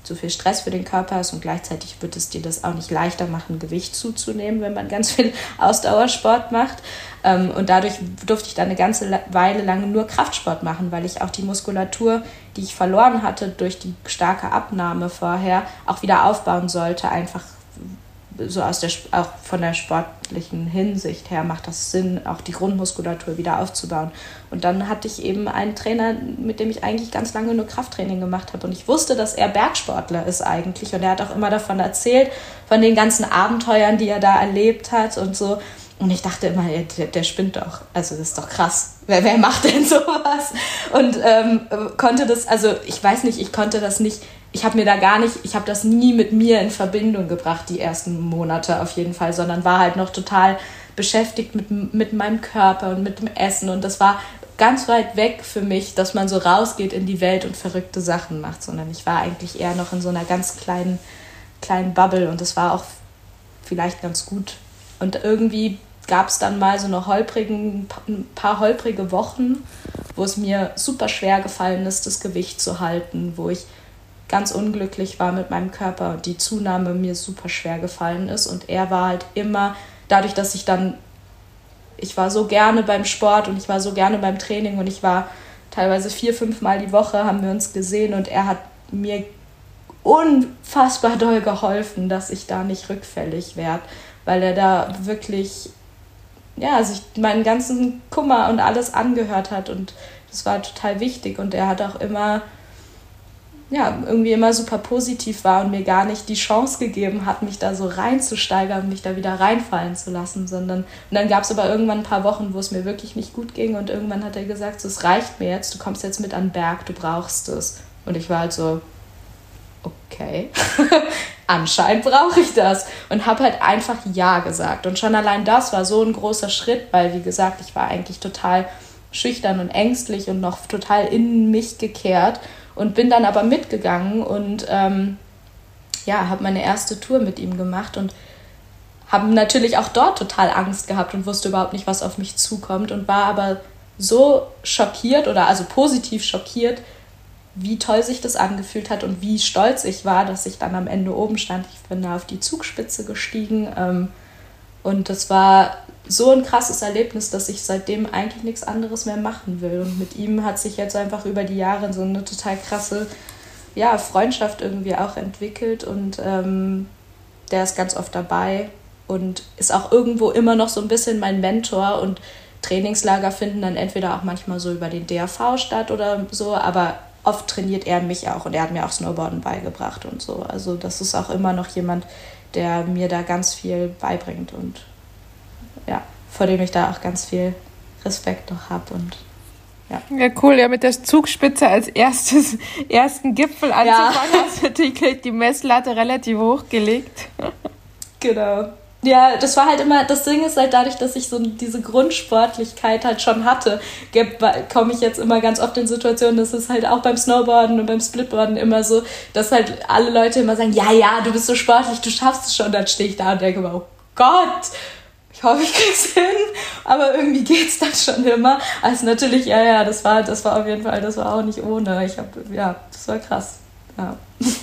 zu viel Stress für den Körper ist und gleichzeitig wird es dir das auch nicht leichter machen, Gewicht zuzunehmen, wenn man ganz viel Ausdauersport macht. Und dadurch durfte ich dann eine ganze Weile lang nur Kraftsport machen, weil ich auch die Muskulatur, die ich verloren hatte durch die starke Abnahme vorher, auch wieder aufbauen sollte. Einfach so aus der, auch von der sportlichen Hinsicht her macht das Sinn, auch die Grundmuskulatur wieder aufzubauen. Und dann hatte ich eben einen Trainer, mit dem ich eigentlich ganz lange nur Krafttraining gemacht habe. Und ich wusste, dass er Bergsportler ist eigentlich. Und er hat auch immer davon erzählt, von den ganzen Abenteuern, die er da erlebt hat und so. Und ich dachte immer, der, der spinnt doch. Also das ist doch krass. Wer, wer macht denn sowas? Und ähm, konnte das, also ich weiß nicht, ich konnte das nicht, ich habe mir da gar nicht, ich habe das nie mit mir in Verbindung gebracht, die ersten Monate auf jeden Fall, sondern war halt noch total beschäftigt mit, mit meinem Körper und mit dem Essen. Und das war ganz weit weg für mich, dass man so rausgeht in die Welt und verrückte Sachen macht, sondern ich war eigentlich eher noch in so einer ganz kleinen, kleinen Bubble und das war auch vielleicht ganz gut. Und irgendwie gab es dann mal so eine holprigen, ein paar holprige Wochen, wo es mir super schwer gefallen ist, das Gewicht zu halten, wo ich ganz unglücklich war mit meinem Körper und die Zunahme mir super schwer gefallen ist. Und er war halt immer, dadurch, dass ich dann, ich war so gerne beim Sport und ich war so gerne beim Training und ich war teilweise vier, fünf Mal die Woche, haben wir uns gesehen und er hat mir unfassbar doll geholfen, dass ich da nicht rückfällig werde, weil er da wirklich, ja, sich meinen ganzen Kummer und alles angehört hat und das war total wichtig und er hat auch immer, ja, irgendwie immer super positiv war und mir gar nicht die Chance gegeben hat, mich da so reinzusteigern und mich da wieder reinfallen zu lassen, sondern, und dann gab es aber irgendwann ein paar Wochen, wo es mir wirklich nicht gut ging und irgendwann hat er gesagt, so, es reicht mir jetzt, du kommst jetzt mit an den Berg, du brauchst es. Und ich war halt so, okay, anscheinend brauche ich das und habe halt einfach Ja gesagt und schon allein das war so ein großer Schritt, weil wie gesagt, ich war eigentlich total schüchtern und ängstlich und noch total in mich gekehrt und bin dann aber mitgegangen und ähm, ja, habe meine erste Tour mit ihm gemacht und habe natürlich auch dort total Angst gehabt und wusste überhaupt nicht, was auf mich zukommt und war aber so schockiert oder also positiv schockiert, wie toll sich das angefühlt hat und wie stolz ich war, dass ich dann am Ende oben stand. Ich bin da auf die Zugspitze gestiegen ähm, und das war so ein krasses Erlebnis, dass ich seitdem eigentlich nichts anderes mehr machen will. Und mit ihm hat sich jetzt einfach über die Jahre so eine total krasse ja, Freundschaft irgendwie auch entwickelt und ähm, der ist ganz oft dabei und ist auch irgendwo immer noch so ein bisschen mein Mentor und Trainingslager finden dann entweder auch manchmal so über den D R V statt oder so, aber oft trainiert er mich auch und er hat mir auch Snowboarden beigebracht und so. Also das ist auch immer noch jemand, der mir da ganz viel beibringt und ja, vor dem ich da auch ganz viel Respekt noch habe und ja. Ja, cool, ja, mit der Zugspitze als erstes, ersten Gipfel anzufangen, ja. Hast du natürlich die Messlatte relativ hoch gelegt. Genau. Ja, das war halt immer, das Ding ist halt dadurch, dass ich so diese Grundsportlichkeit halt schon hatte, komme ich jetzt immer ganz oft in Situationen, das ist halt auch beim Snowboarden und beim Splitboarden immer so, dass halt alle Leute immer sagen, ja, ja, du bist so sportlich, du schaffst es schon, dann stehe ich da und denke immer, oh Gott, ich hoffe, ich krieg's hin, aber irgendwie geht's dann schon immer. Also natürlich, ja, ja, das war, das war auf jeden Fall, das war auch nicht ohne. Ich hab, ja, das war krass. Ja.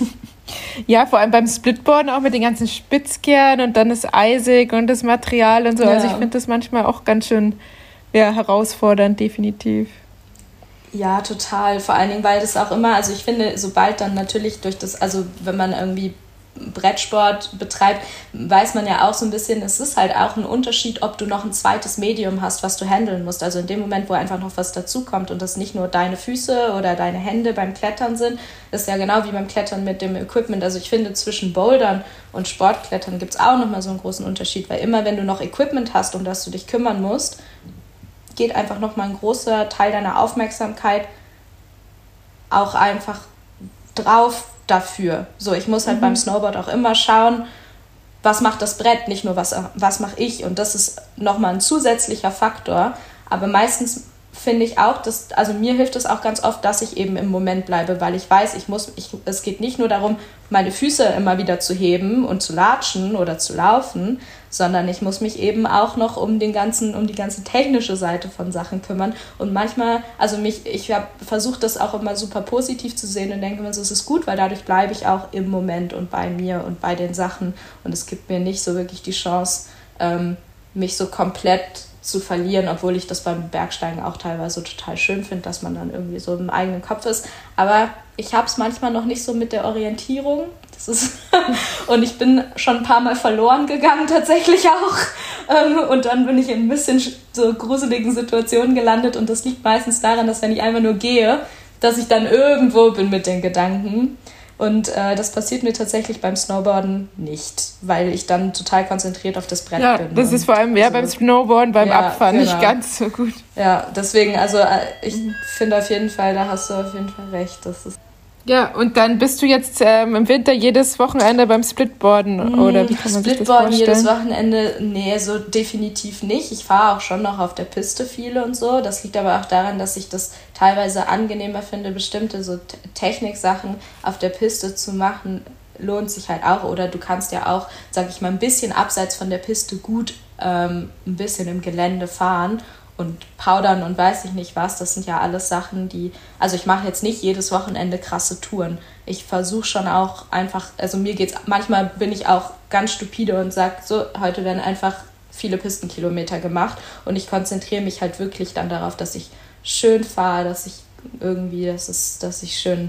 Ja, vor allem beim Splitboarden auch mit den ganzen Spitzkehren und dann das Eisig und das Material und so. Ja. Also ich finde das manchmal auch ganz schön ja, herausfordernd, definitiv. Ja, total. Vor allen Dingen, weil das auch immer, also ich finde, sobald dann natürlich durch das, also wenn man irgendwie Brettsport betreibt, weiß man ja auch so ein bisschen, es ist halt auch ein Unterschied, ob du noch ein zweites Medium hast, was du handeln musst. Also in dem Moment, wo einfach noch was dazukommt und das nicht nur deine Füße oder deine Hände beim Klettern sind, ist ja genau wie beim Klettern mit dem Equipment. Also ich finde, zwischen Bouldern und Sportklettern gibt es auch nochmal so einen großen Unterschied, weil immer, wenn du noch Equipment hast, um das du dich kümmern musst, geht einfach nochmal ein großer Teil deiner Aufmerksamkeit auch einfach drauf dafür. So, ich muss halt mhm. beim Snowboard auch immer schauen, was macht das Brett, nicht nur was, was mache ich. Und das ist nochmal ein zusätzlicher Faktor. Aber meistens finde ich auch, dass, also mir hilft es auch ganz oft, dass ich eben im Moment bleibe, weil ich weiß, ich muss, ich, es geht nicht nur darum, meine Füße immer wieder zu heben und zu latschen oder zu laufen, sondern ich muss mich eben auch noch um den ganzen, um die ganze technische Seite von Sachen kümmern. Und manchmal, also mich, ich habe versucht, das auch immer super positiv zu sehen und denke mir so, es ist gut, weil dadurch bleibe ich auch im Moment und bei mir und bei den Sachen. Und es gibt mir nicht so wirklich die Chance, ähm, mich so komplett zu verlieren, obwohl ich das beim Bergsteigen auch teilweise total schön finde, dass man dann irgendwie so im eigenen Kopf ist. Aber ich habe es manchmal noch nicht so mit der Orientierung. Das ist und ich bin schon ein paar Mal verloren gegangen, tatsächlich auch. Und dann bin ich in ein bisschen so gruseligen Situationen gelandet. Und das liegt meistens daran, dass wenn ich einfach nur gehe, dass ich dann irgendwo bin mit den Gedanken. Und äh, das passiert mir tatsächlich beim Snowboarden nicht, weil ich dann total konzentriert auf das Brett ja, bin. Ja, das ist vor allem ja, so beim Snowboarden, beim ja, Abfahren genau. nicht ganz so gut. Ja, deswegen, also äh, ich finde auf jeden Fall, da hast du auf jeden Fall recht. Das ist ja, und dann bist du jetzt ähm, im Winter jedes Wochenende beim Splitboarden, oder wie kann man sich das vorstellen? Splitboarden jedes Wochenende, nee, so definitiv nicht. Ich fahre auch schon noch auf der Piste viele und so. Das liegt aber auch daran, dass ich das teilweise angenehmer finde, bestimmte so T- Techniksachen auf der Piste zu machen, lohnt sich halt auch. Oder du kannst ja auch, sag ich mal, ein bisschen abseits von der Piste gut ähm, ein bisschen im Gelände fahren. Und Powdern und weiß ich nicht was, das sind ja alles Sachen, die, also ich mache jetzt nicht jedes Wochenende krasse Touren. Ich versuche schon auch einfach, also mir geht's, manchmal bin ich auch ganz stupide und sage, so, heute werden einfach viele Pistenkilometer gemacht und ich konzentriere mich halt wirklich dann darauf, dass ich schön fahre, dass ich irgendwie, dass es, dass ich schön,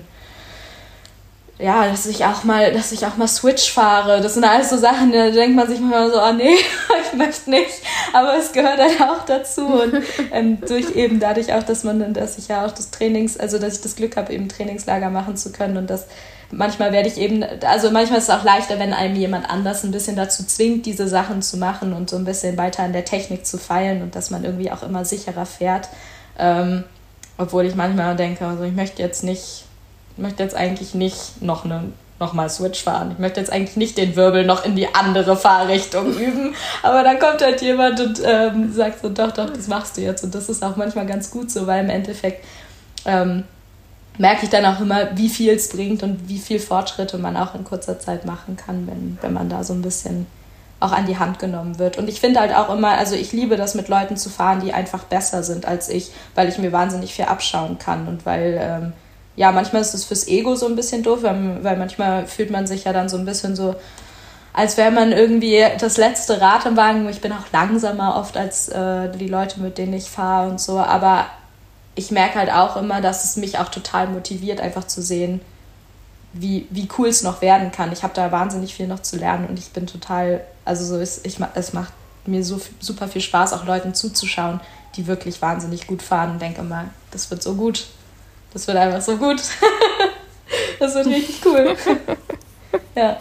ja, dass ich auch mal, dass ich auch mal Switch fahre. Das sind alles so Sachen, da denkt man sich manchmal so, ah nee, ich möchte nicht. Aber es gehört halt auch dazu. Und ähm, durch eben dadurch auch, dass man dann, dass ich ja auch das Trainings, also dass ich das Glück habe, eben Trainingslager machen zu können. Und das manchmal werde ich eben, also manchmal ist es auch leichter, wenn einem jemand anders ein bisschen dazu zwingt, diese Sachen zu machen und so ein bisschen weiter an der Technik zu feilen und dass man irgendwie auch immer sicherer fährt. Ähm, obwohl ich manchmal denke, also ich möchte jetzt nicht, Ich möchte jetzt eigentlich nicht noch, eine, noch mal Switch fahren. Ich möchte jetzt eigentlich nicht den Wirbel noch in die andere Fahrrichtung üben. Aber dann kommt halt jemand und ähm, sagt so, doch, doch, das machst du jetzt. Und das ist auch manchmal ganz gut so, weil im Endeffekt ähm, merke ich dann auch immer, wie viel es bringt und wie viel Fortschritte man auch in kurzer Zeit machen kann, wenn, wenn man da so ein bisschen auch an die Hand genommen wird. Und ich finde halt auch immer, also ich liebe das, mit Leuten zu fahren, die einfach besser sind als ich, weil ich mir wahnsinnig viel abschauen kann und weil ähm, ja, manchmal ist es fürs Ego so ein bisschen doof, weil, weil manchmal fühlt man sich ja dann so ein bisschen so, als wäre man irgendwie das letzte Rad im Wagen. Ich bin auch langsamer oft als äh, die Leute, mit denen ich fahre und so. Aber ich merke halt auch immer, dass es mich auch total motiviert, einfach zu sehen, wie, wie cool es noch werden kann. Ich habe da wahnsinnig viel noch zu lernen und ich bin total, also so ist, ich, es macht mir so super viel Spaß, auch Leuten zuzuschauen, die wirklich wahnsinnig gut fahren und denke immer, das wird so gut. Das wird einfach so gut. Das wird richtig cool. Ja.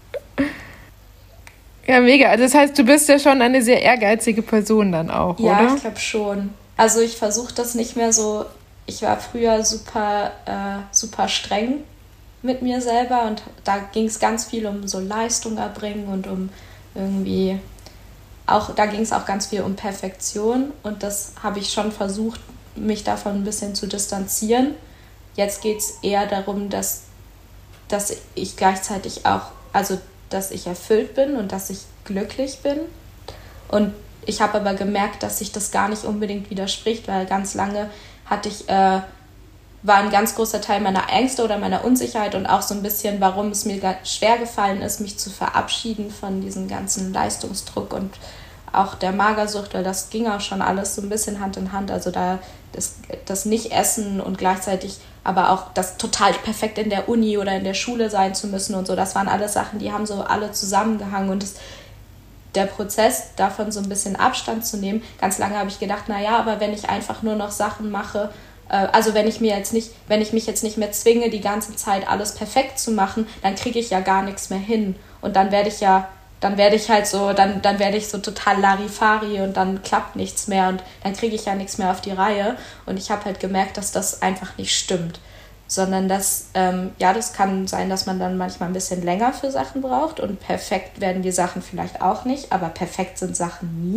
Ja, mega. Also das heißt, du bist ja schon eine sehr ehrgeizige Person dann auch, ja, oder? Ja, ich glaube schon. Also ich versuche das nicht mehr so, ich war früher super, äh, super streng mit mir selber und da ging es ganz viel um so Leistung erbringen und um irgendwie, auch da ging es auch ganz viel um Perfektion und das habe ich schon versucht, mich davon ein bisschen zu distanzieren. Jetzt geht es eher darum, dass, dass ich gleichzeitig auch, also dass ich erfüllt bin und dass ich glücklich bin. Und ich habe aber gemerkt, dass sich das gar nicht unbedingt widerspricht, weil ganz lange hatte ich, äh, war ein ganz großer Teil meiner Ängste oder meiner Unsicherheit und auch so ein bisschen, warum es mir schwer gefallen ist, mich zu verabschieden von diesem ganzen Leistungsdruck und auch der Magersucht, weil das ging auch schon alles so ein bisschen Hand in Hand, also da das, das Nicht-Essen und gleichzeitig aber auch das total perfekt in der Uni oder in der Schule sein zu müssen und so, das waren alles Sachen, die haben so alle zusammengehangen und das, der Prozess davon so ein bisschen Abstand zu nehmen, ganz lange habe ich gedacht, naja, aber wenn ich einfach nur noch Sachen mache, äh, also wenn ich mir jetzt nicht, wenn ich mich jetzt nicht mehr zwinge, die ganze Zeit alles perfekt zu machen, dann kriege ich ja gar nichts mehr hin und dann werde ich ja dann werde ich halt so, dann, dann werde ich so total Larifari und dann klappt nichts mehr und dann kriege ich ja nichts mehr auf die Reihe. Und ich habe halt gemerkt, dass das einfach nicht stimmt. Sondern dass, ähm, ja, das kann sein, dass man dann manchmal ein bisschen länger für Sachen braucht und perfekt werden die Sachen vielleicht auch nicht, aber perfekt sind Sachen nie.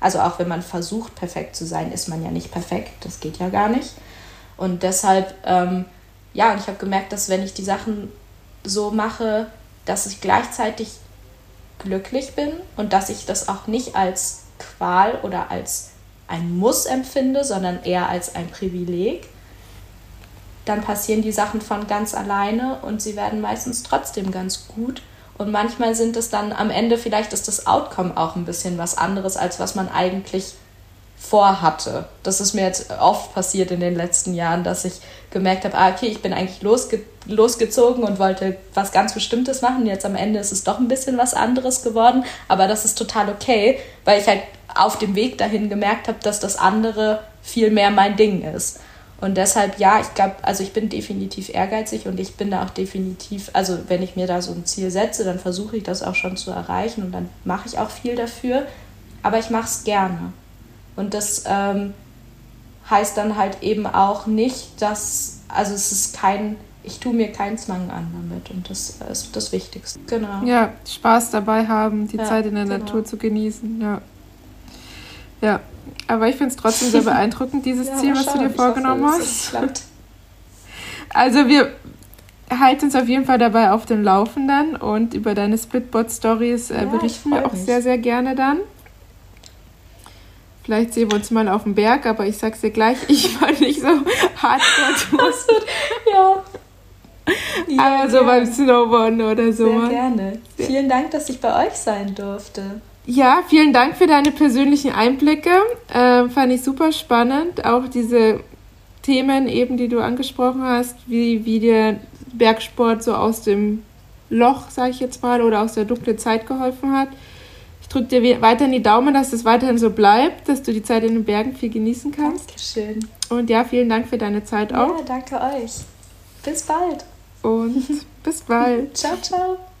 Also auch wenn man versucht, perfekt zu sein, ist man ja nicht perfekt. Das geht ja gar nicht. Und deshalb, ähm, ja, und ich habe gemerkt, dass wenn ich die Sachen so mache, dass ich gleichzeitig glücklich bin und dass ich das auch nicht als Qual oder als ein Muss empfinde, sondern eher als ein Privileg, dann passieren die Sachen von ganz alleine und sie werden meistens trotzdem ganz gut. Und manchmal sind es dann am Ende, vielleicht ist das Outcome auch ein bisschen was anderes, als was man eigentlich vorhatte. Das ist mir jetzt oft passiert in den letzten Jahren, dass ich gemerkt habe, ah, okay, ich bin eigentlich losge- losgezogen und wollte was ganz Bestimmtes machen. Jetzt am Ende ist es doch ein bisschen was anderes geworden, aber das ist total okay, weil ich halt auf dem Weg dahin gemerkt habe, dass das andere viel mehr mein Ding ist. Und deshalb, ja, ich glaube, also ich bin definitiv ehrgeizig und ich bin da auch definitiv, also wenn ich mir da so ein Ziel setze, dann versuche ich das auch schon zu erreichen und dann mache ich auch viel dafür, aber ich mache es gerne. Und das ähm, heißt dann halt eben auch nicht, dass, also es ist kein, ich tue mir keinen Zwang an damit und das ist das Wichtigste. Genau. Ja, Spaß dabei haben, die ja, Zeit in der genau. Natur zu genießen, ja. Ja, aber ich finde es trotzdem sehr beeindruckend, dieses ja, Ziel, was du dir vorgenommen hoffe, hast. Also wir halten uns auf jeden Fall dabei auf dem Laufenden und über deine Splitbot-Stories äh, ja, berichten wir auch mich. sehr, sehr gerne dann. Vielleicht sehen wir uns mal auf dem Berg, aber ich sag's dir gleich, ich war nicht so hardcore. ja. ja. Aber so gerne. Beim Snowboarden oder so. Sehr gerne. Vielen Dank, dass ich bei euch sein durfte. Ja, vielen Dank für deine persönlichen Einblicke. Äh, fand ich super spannend. Auch diese Themen eben, die du angesprochen hast, wie, wie der Bergsport so aus dem Loch, sage ich jetzt mal, oder aus der dunklen Zeit geholfen hat. Ich drücke dir weiterhin die Daumen, dass es weiterhin so bleibt, dass du die Zeit in den Bergen viel genießen kannst. Dankeschön. Und ja, vielen Dank für deine Zeit auch. Ja, danke euch. Bis bald. Und bis bald. Ciao, ciao.